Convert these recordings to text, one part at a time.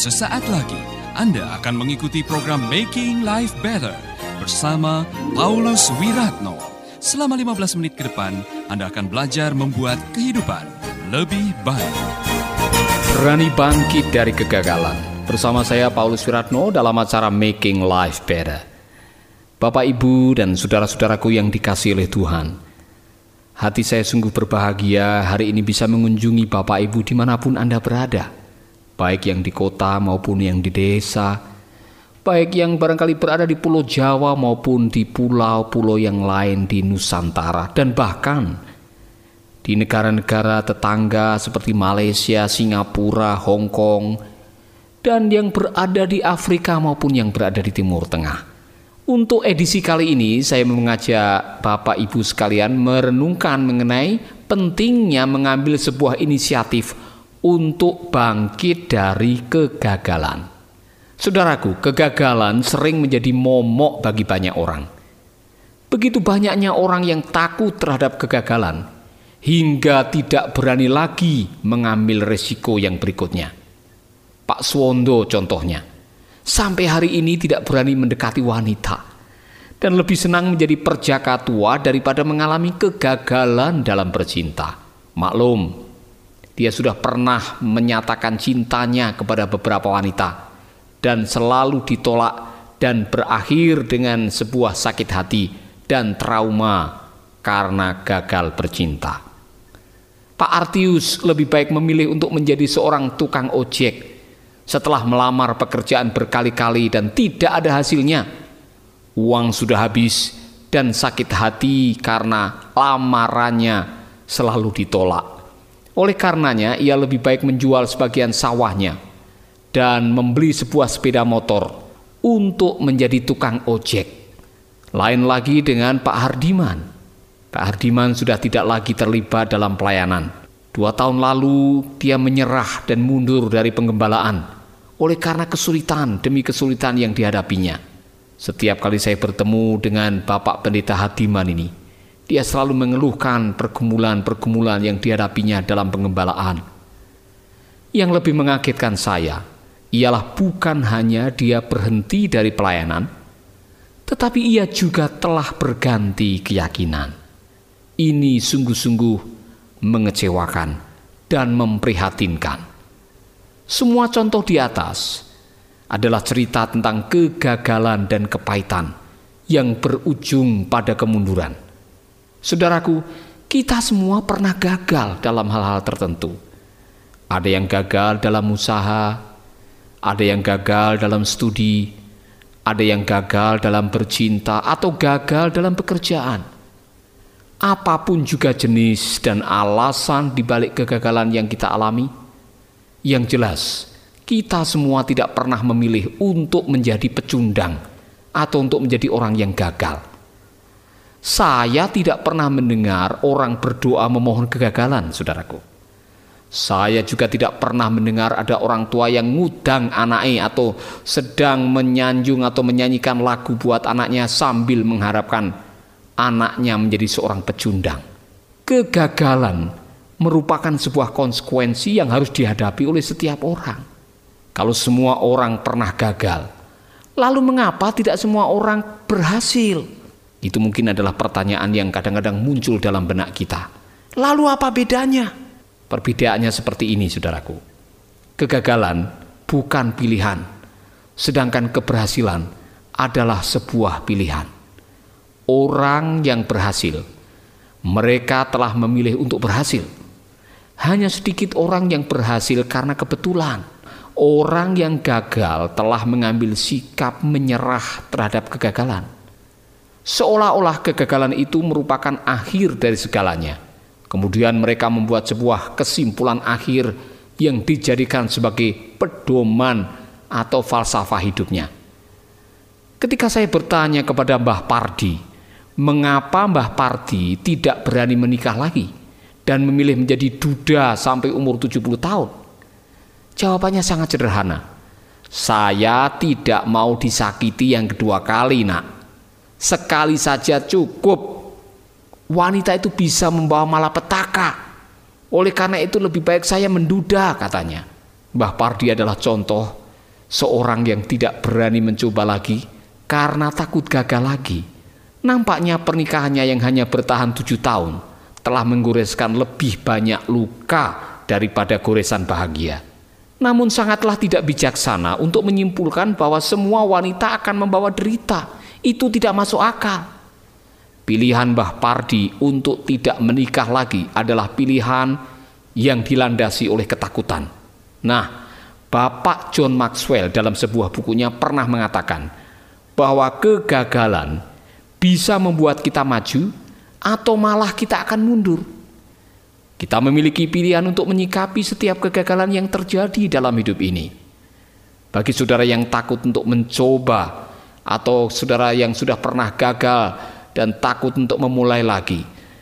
Sesaat lagi Anda akan mengikuti program Making Life Better bersama Paulus Wiratno. Selama 15 menit ke depan, Anda akan belajar membuat kehidupan lebih baik. Berani bangkit dari kegagalan. Bersama saya Paulus Wiratno dalam acara Making Life Better. Bapak, Ibu, dan saudara-saudaraku yang dikasihi oleh Tuhan, hati saya sungguh berbahagia hari ini bisa mengunjungi Bapak Ibu dimanapun Anda berada, baik yang di kota maupun yang di desa, baik yang barangkali berada di Pulau Jawa maupun di pulau-pulau yang lain di Nusantara, dan bahkan di negara-negara tetangga seperti Malaysia, Singapura, Hong Kong, dan yang berada di Afrika maupun yang berada di Timur Tengah. Untuk edisi kali ini saya mengajak Bapak Ibu sekalian merenungkan mengenai pentingnya mengambil sebuah inisiatif untuk bangkit dari kegagalan. Saudaraku, kegagalan sering menjadi momok bagi banyak orang. Begitu banyaknya orang yang takut terhadap kegagalan hingga tidak berani lagi mengambil resiko yang berikutnya. Pak Suwondo contohnya, sampai hari ini tidak berani mendekati wanita dan lebih senang menjadi perjaka tua daripada mengalami kegagalan dalam bercinta. Maklum, dia sudah pernah menyatakan cintanya kepada beberapa wanita dan selalu ditolak dan berakhir dengan sebuah sakit hati dan trauma karena gagal bercinta. Pak Artius lebih baik memilih untuk menjadi seorang tukang ojek setelah melamar pekerjaan berkali-kali dan tidak ada hasilnya. Uang sudah habis dan sakit hati karena lamarannya selalu ditolak. Oleh karenanya ia lebih baik menjual sebagian sawahnya dan membeli sebuah sepeda motor untuk menjadi tukang ojek. Lain lagi dengan Pak Hardiman. Pak Hardiman sudah tidak lagi terlibat dalam pelayanan. 2 tahun lalu dia menyerah dan mundur dari penggembalaan oleh karena kesulitan demi kesulitan yang dihadapinya. Setiap kali saya bertemu dengan Bapak Pendeta Hardiman ini, dia selalu mengeluhkan pergumulan-pergumulan yang dihadapinya dalam penggembalaan. Yang lebih mengagetkan saya ialah bukan hanya dia berhenti dari pelayanan, tetapi ia juga telah berganti keyakinan. Ini sungguh-sungguh mengecewakan dan memprihatinkan. Semua contoh di atas adalah cerita tentang kegagalan dan kepahitan yang berujung pada kemunduran. Saudaraku, kita semua pernah gagal dalam hal-hal tertentu. Ada yang gagal dalam usaha, ada yang gagal dalam studi, ada yang gagal dalam bercinta, atau gagal dalam pekerjaan. Apapun juga jenis dan alasan di balik kegagalan yang kita alami, yang jelas, kita semua tidak pernah memilih untuk menjadi pecundang atau untuk menjadi orang yang gagal. Saya tidak pernah mendengar orang berdoa memohon kegagalan, saudaraku. Saya juga tidak pernah mendengar ada orang tua yang ngudang anaknya atau sedang menyanjung atau menyanyikan lagu buat anaknya sambil mengharapkan anaknya menjadi seorang pecundang. Kegagalan merupakan sebuah konsekuensi yang harus dihadapi oleh setiap orang. Kalau semua orang pernah gagal, lalu mengapa tidak semua orang berhasil? Itu mungkin adalah pertanyaan yang kadang-kadang muncul dalam benak kita. Lalu apa bedanya? Perbedaannya seperti ini, saudaraku. Kegagalan bukan pilihan, sedangkan keberhasilan adalah sebuah pilihan. Orang yang berhasil, mereka telah memilih untuk berhasil. Hanya sedikit orang yang berhasil karena kebetulan. Orang yang gagal telah mengambil sikap menyerah terhadap kegagalan. Seolah-olah kegagalan itu merupakan akhir dari segalanya. Kemudian mereka membuat sebuah kesimpulan akhir yang dijadikan sebagai pedoman atau falsafah hidupnya. Ketika saya bertanya kepada Mbah Pardi, mengapa Mbah Pardi tidak berani menikah lagi dan memilih menjadi duda sampai umur 70 tahun? Jawabannya sangat sederhana. Saya tidak mau disakiti yang kedua kali, nak. Sekali saja cukup. Wanita itu bisa membawa malapetaka. Oleh karena itu lebih baik saya menduda, katanya. Mbah Pardi adalah contoh Seorang yang tidak berani mencoba lagi karena takut gagal lagi. Nampaknya pernikahannya yang hanya bertahan 7 tahun telah menggoreskan lebih banyak luka daripada goresan bahagia. Namun sangatlah tidak bijaksana untuk menyimpulkan bahwa semua wanita akan membawa derita. Itu tidak masuk akal. Pilihan Mbah Pardi untuk tidak menikah lagi adalah pilihan yang dilandasi oleh ketakutan. Nah, Bapak John Maxwell dalam sebuah bukunya pernah mengatakan bahwa kegagalan bisa membuat kita maju atau malah kita akan mundur. Kita memiliki pilihan untuk menyikapi setiap kegagalan yang terjadi dalam hidup ini. Bagi saudara yang takut untuk mencoba atau saudara yang sudah pernah gagal dan takut untuk memulai lagi,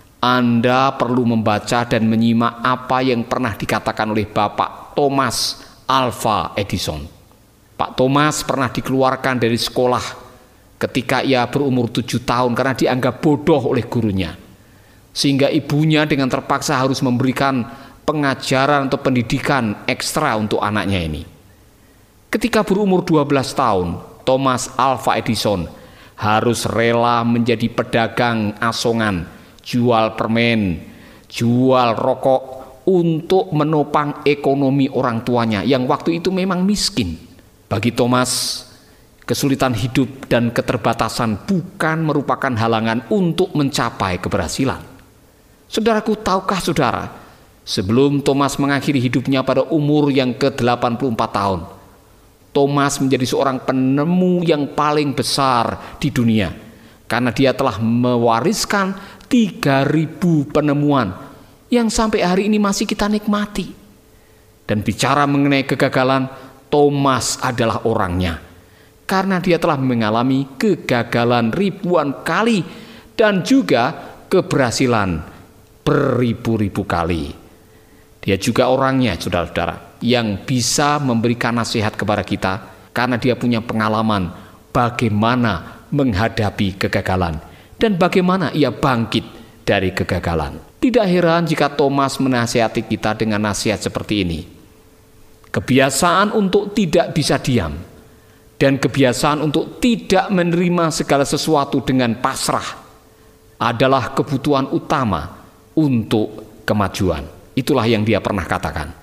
Anda perlu membaca dan menyimak apa yang pernah dikatakan oleh Bapak Thomas Alva Edison. Pak Thomas pernah dikeluarkan dari sekolah ketika ia berumur 7 tahun karena dianggap bodoh oleh gurunya. Sehingga ibunya dengan terpaksa harus memberikan pengajaran atau pendidikan ekstra untuk anaknya ini. Ketika berumur 12 tahun, Thomas Alva Edison harus rela menjadi pedagang asongan, jual permen, jual rokok untuk menopang ekonomi orang tuanya yang waktu itu memang miskin. Bagi Thomas, kesulitan hidup dan keterbatasan bukan merupakan halangan untuk mencapai keberhasilan. Saudaraku, tahukah saudara, sebelum Thomas mengakhiri hidupnya pada umur yang ke-84 tahun, Thomas menjadi seorang penemu yang paling besar di dunia karena dia telah mewariskan 3.000 penemuan yang sampai hari ini masih kita nikmati. Dan bicara mengenai kegagalan, Thomas adalah orangnya karena dia telah mengalami kegagalan ribuan kali dan juga keberhasilan beribu-ribu kali. Dia juga orangnya, saudara-saudara, yang bisa memberikan nasihat kepada kita karena dia punya pengalaman bagaimana menghadapi kegagalan dan bagaimana ia bangkit dari kegagalan. Tidak heran jika Thomas menasihati kita dengan nasihat seperti ini. Kebiasaan untuk tidak bisa diam dan kebiasaan untuk tidak menerima segala sesuatu dengan pasrah adalah kebutuhan utama untuk kemajuan. Itulah yang dia pernah katakan.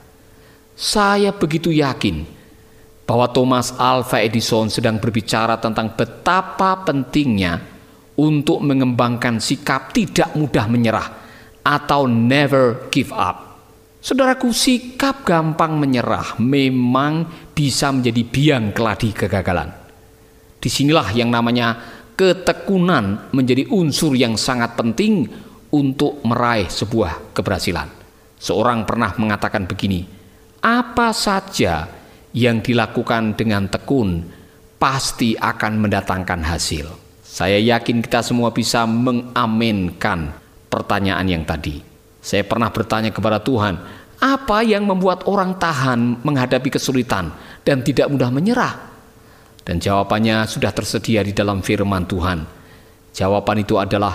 Saya begitu yakin bahwa Thomas Alva Edison sedang berbicara tentang betapa pentingnya untuk mengembangkan sikap tidak mudah menyerah atau never give up. Saudaraku, sikap gampang menyerah memang bisa menjadi biang keladi kegagalan. Disinilah yang namanya ketekunan menjadi unsur yang sangat penting untuk meraih sebuah keberhasilan. Seorang pernah mengatakan begini, apa saja yang dilakukan dengan tekun pasti akan mendatangkan hasil. Saya yakin kita semua bisa mengaminkan pertanyaan yang tadi. Saya pernah bertanya kepada Tuhan, apa yang membuat orang tahan menghadapi kesulitan dan tidak mudah menyerah? Dan jawabannya sudah tersedia di dalam firman Tuhan. Jawaban itu adalah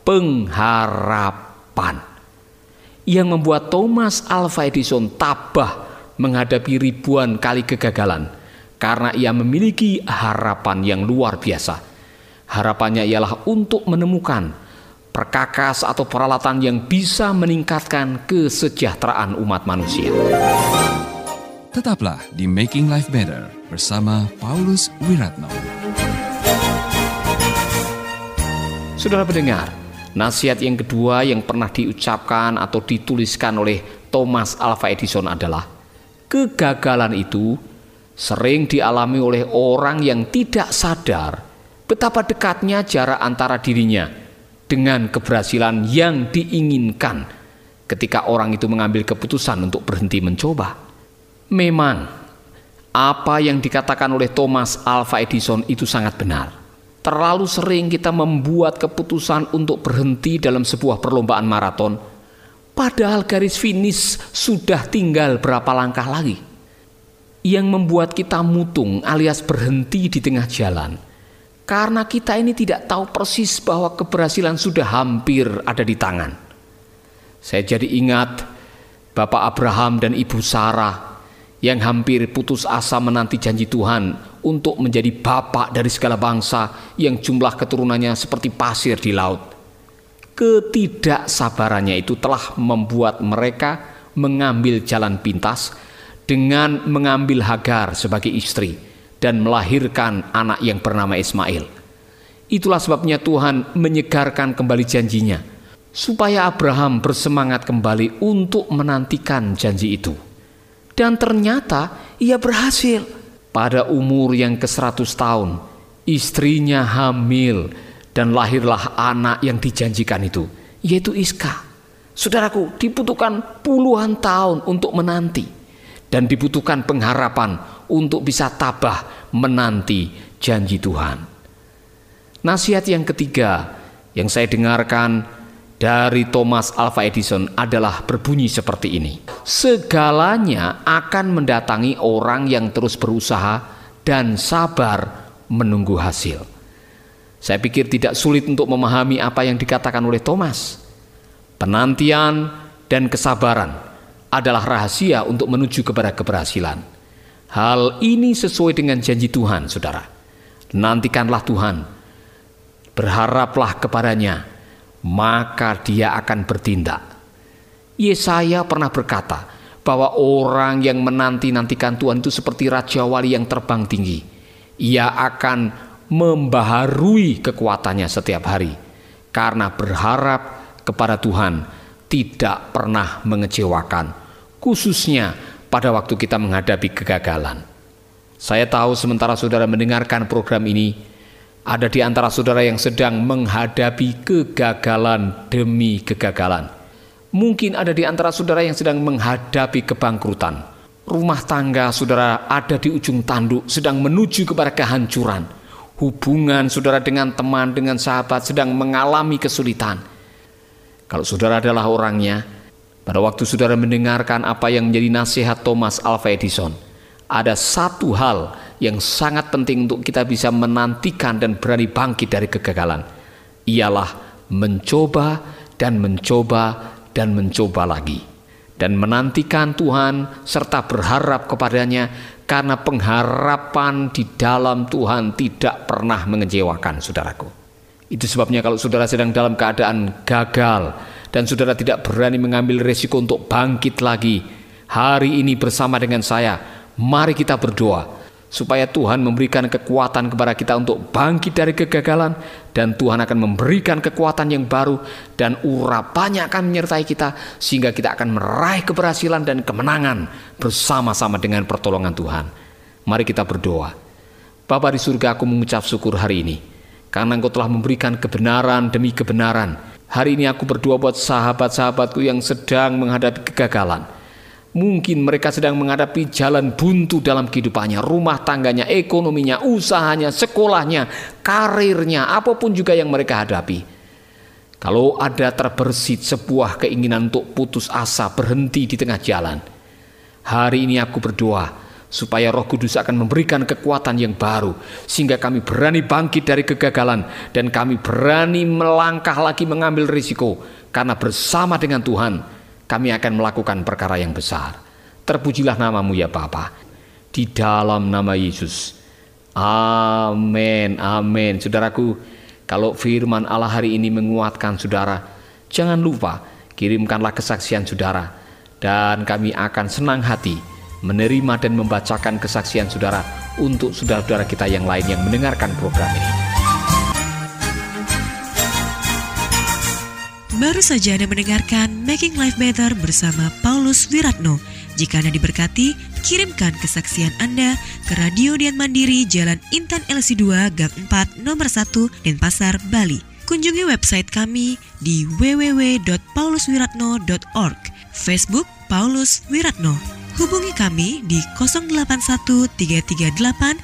pengharapan. Yang membuat Thomas Alva Edison tabah menghadapi ribuan kali kegagalan karena ia memiliki harapan yang luar biasa. Harapannya ialah untuk menemukan perkakas atau peralatan yang bisa meningkatkan kesejahteraan umat manusia. Tetaplah di Making Life Better bersama Paulus Wiratno. Saudara pendengar, nasihat yang kedua yang pernah diucapkan atau dituliskan oleh Thomas Alva Edison adalah kegagalan itu sering dialami oleh orang yang tidak sadar betapa dekatnya jarak antara dirinya dengan keberhasilan yang diinginkan ketika orang itu mengambil keputusan untuk berhenti mencoba. Memang apa yang dikatakan oleh Thomas Alva Edison itu sangat benar. Terlalu sering kita membuat keputusan untuk berhenti dalam sebuah perlombaan maraton, padahal garis finish sudah tinggal berapa langkah lagi. Yang membuat kita mutung alias berhenti di tengah jalan, karena kita ini tidak tahu persis bahwa keberhasilan sudah hampir ada di tangan. Saya jadi ingat Bapak Abraham dan Ibu Sarah yang hampir putus asa menanti janji Tuhan untuk menjadi bapa dari segala bangsa yang jumlah keturunannya seperti pasir di laut. Ketidaksabarannya itu telah membuat mereka mengambil jalan pintas dengan mengambil Hagar sebagai istri dan melahirkan anak yang bernama Ismail. Itulah sebabnya Tuhan menyegarkan kembali janjinya, supaya Abraham bersemangat kembali untuk menantikan janji itu. Dan ternyata ia berhasil. Pada umur yang ke-100 tahun, istrinya hamil dan lahirlah anak yang dijanjikan itu, yaitu Iska. Saudaraku, dibutuhkan puluhan tahun untuk menanti, dan dibutuhkan pengharapan untuk bisa tabah menanti janji Tuhan. Nasihat yang ketiga yang saya dengarkan dari Thomas Alva Edison adalah berbunyi seperti ini. Segalanya akan mendatangi orang yang terus berusaha dan sabar menunggu hasil. Saya pikir tidak sulit untuk memahami apa yang dikatakan oleh Thomas. Penantian dan kesabaran adalah rahasia untuk menuju kepada keberhasilan. Hal ini sesuai dengan janji Tuhan, saudara. Nantikanlah Tuhan, berharaplah kepadanya, maka Dia akan bertindak. Yesaya pernah berkata bahwa orang yang menanti-nantikan Tuhan itu seperti raja wali yang terbang tinggi. Ia akan membaharui kekuatannya setiap hari, karena berharap kepada Tuhan tidak pernah mengecewakan, khususnya pada waktu kita menghadapi kegagalan. Saya tahu sementara saudara mendengarkan program ini, ada di antara saudara yang sedang menghadapi kegagalan demi kegagalan. Mungkin ada di antara saudara yang sedang menghadapi kebangkrutan. Rumah tangga saudara ada di ujung tanduk, sedang menuju kepada kehancuran. Hubungan saudara dengan teman, dengan sahabat sedang mengalami kesulitan. Kalau saudara adalah orangnya, pada waktu saudara mendengarkan apa yang menjadi nasihat Thomas Alva Edison, ada satu hal yang sangat penting untuk kita bisa menantikan dan berani bangkit dari kegagalan. Ialah mencoba dan mencoba dan mencoba lagi, dan menantikan Tuhan serta berharap kepadanya, karena pengharapan di dalam Tuhan tidak pernah mengecewakan, saudaraku. Itu sebabnya kalau saudara sedang dalam keadaan gagal dan saudara tidak berani mengambil resiko untuk bangkit lagi, hari ini bersama dengan saya, mari kita berdoa supaya Tuhan memberikan kekuatan kepada kita untuk bangkit dari kegagalan, dan Tuhan akan memberikan kekuatan yang baru dan urapannya akan menyertai kita sehingga kita akan meraih keberhasilan dan kemenangan bersama-sama dengan pertolongan Tuhan. Mari kita berdoa. Bapa di surga, aku mengucap syukur hari ini karena Engkau telah memberikan kebenaran demi kebenaran. Hari ini aku berdoa buat sahabat-sahabatku yang sedang menghadapi kegagalan. Mungkin mereka sedang menghadapi jalan buntu dalam kehidupannya, rumah tangganya, ekonominya, usahanya, sekolahnya, karirnya, apapun juga yang mereka hadapi. Kalau ada terbersit sebuah keinginan untuk putus asa, berhenti di tengah jalan, hari ini aku berdoa supaya Roh Kudus akan memberikan kekuatan yang baru, sehingga kami berani bangkit dari kegagalan dan kami berani melangkah lagi mengambil risiko, karena bersama dengan Tuhan kami akan melakukan perkara yang besar. Terpujilah namamu ya Bapa, di dalam nama Yesus. Amin, amin. Saudaraku, kalau firman Allah hari ini menguatkan saudara, jangan lupa kirimkanlah kesaksian saudara, dan kami akan senang hati menerima dan membacakan kesaksian saudara untuk saudara-saudara kita yang lain yang mendengarkan program ini. Baru saja Anda mendengarkan Making Life Better bersama Paulus Wiratno. Jika Anda diberkati, kirimkan kesaksian Anda ke Radio Dian Mandiri, Jalan Intan LC2, Gang 4, Nomor 1, Denpasar, Bali. Kunjungi website kami di www.pauluswiratno.org, Facebook Paulus Wiratno. Hubungi kami di 081 338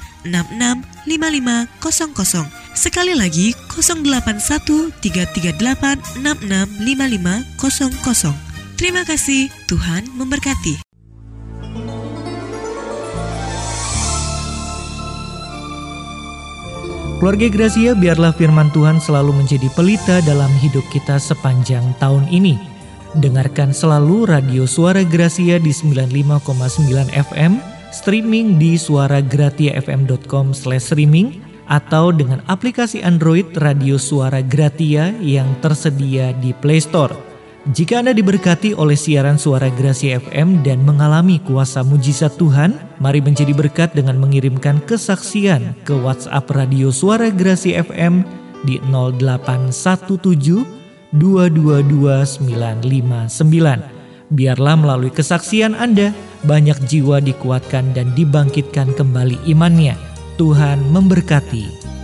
665500. Sekali lagi 081 338 665500. Terima kasih, Tuhan memberkati. Keluarga Gracia, biarlah firman Tuhan selalu menjadi pelita dalam hidup kita sepanjang tahun ini. Dengarkan selalu Radio Suara Gracia di 95,9 FM, streaming di suaragratiafm.com/streaming, atau dengan aplikasi Android Radio Suara Gratia yang tersedia di Play Store. Jika Anda diberkati oleh siaran Suara Gracia FM dan mengalami kuasa mujizat Tuhan, mari menjadi berkat dengan mengirimkan kesaksian ke WhatsApp Radio Suara Gracia FM di 0817 222-959. Biarlah melalui kesaksian Anda, banyak jiwa dikuatkan dan dibangkitkan kembali imannya. Tuhan memberkati.